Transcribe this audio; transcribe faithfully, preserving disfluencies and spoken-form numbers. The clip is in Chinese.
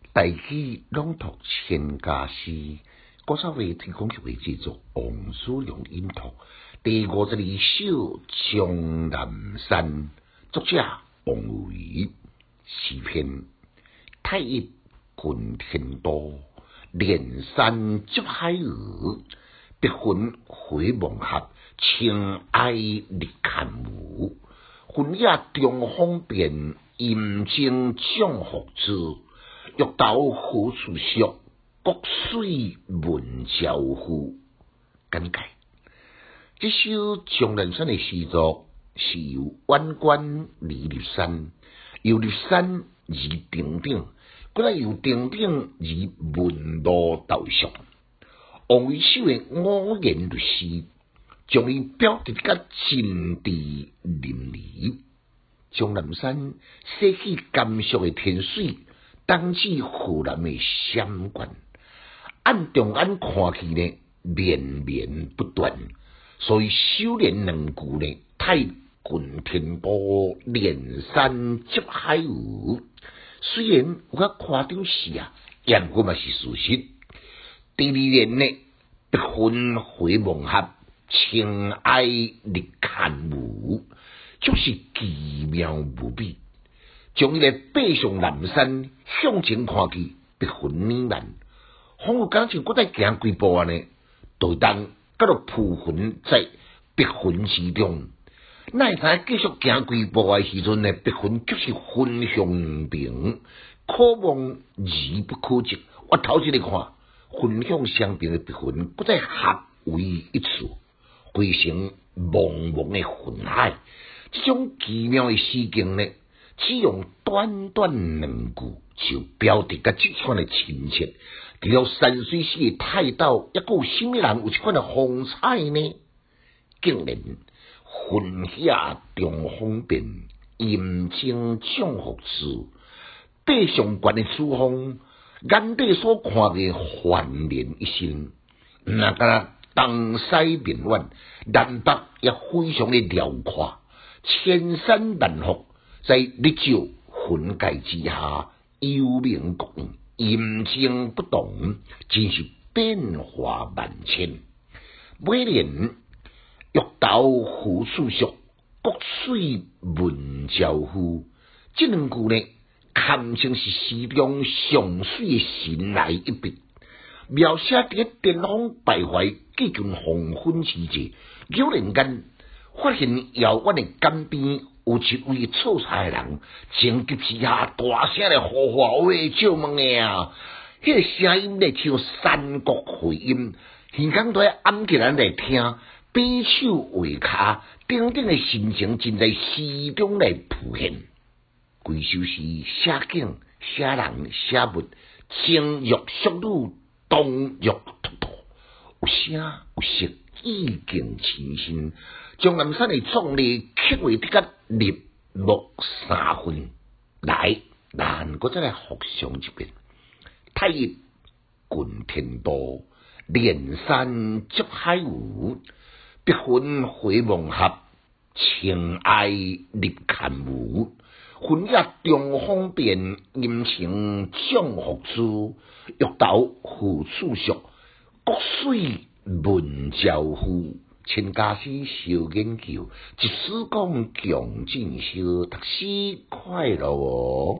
大器朗读千家诗，郭少伟提供曲为制作王叔良音读。第五十二首《终南山》，作者王维。诗篇：太一滚天多，连山接海鹅。碧云回望合，青霭立看无。云野中风变，阴晴将复之。欲投何处宿？国水闻朝呼。简介：这首终南山的诗作是由婉观而入山，由入山而定顶，再来由定顶而闻路导上。王维手的五言律诗，将伊表达得真挚淋漓。终南山洗去甘肃的天水，东起湖南的闪关，按中眼看去呢，连绵不断。所以修炼两句呢，太滚天波，连山接海鹅。虽然有较夸张是啊，但过嘛是事实。第二年呢，碧云回望合，青霭立看无，就是奇妙无比。从伊个爬上南山，向前看去，碧云弥漫，仿佛感情搁再行几步啊呢，就当甲落浮云在碧云之中。哪会知继续行几步的时阵呢？碧云却是分向平，可望而不可及。我头一个看，分向相平的碧云，搁再合为一处，汇成茫茫的云海。这种奇妙的诗境呢，只用短短两句就表达甲这款的亲切。除了山水诗的泰斗，抑阁有甚物人有这款的风采呢？竟然云野中风变，阴晴将复之。爬上悬的珠峰，眼底所看的焕然一新。那敢东西面远，南北也非常的辽阔。千山万壑在日照云盖之下，幽冥各异，阴晴不动，真是变化万千。每年欲投何处宿？国水闻朝呼。这两句呢，堪称是诗中上水的神来一笔，描写伫巅峰徘徊、接近黄昏之际，偶然间发现遥远的江边有一位错菜的人，情急之下大声的呼唤：“喂，借问呀！”迄个声音咧像山谷回音，耳孔都暗起来来听。比手画脚，等等的心情尽在诗中来浮现。规首诗写景、写人、写物，情欲俗女，动欲突突，有声有色，意境清新。终南山的壮丽刻画得甲入木三分。来，咱搁再来复诵一遍：太一滚天多，连山接海鹅。碧云回望合，青霭立看无。云野中风变，阴晴将复之。欲投何处宿？国水闻朝呼。千家诗小研究，一史讲强进修，读书快乐哦。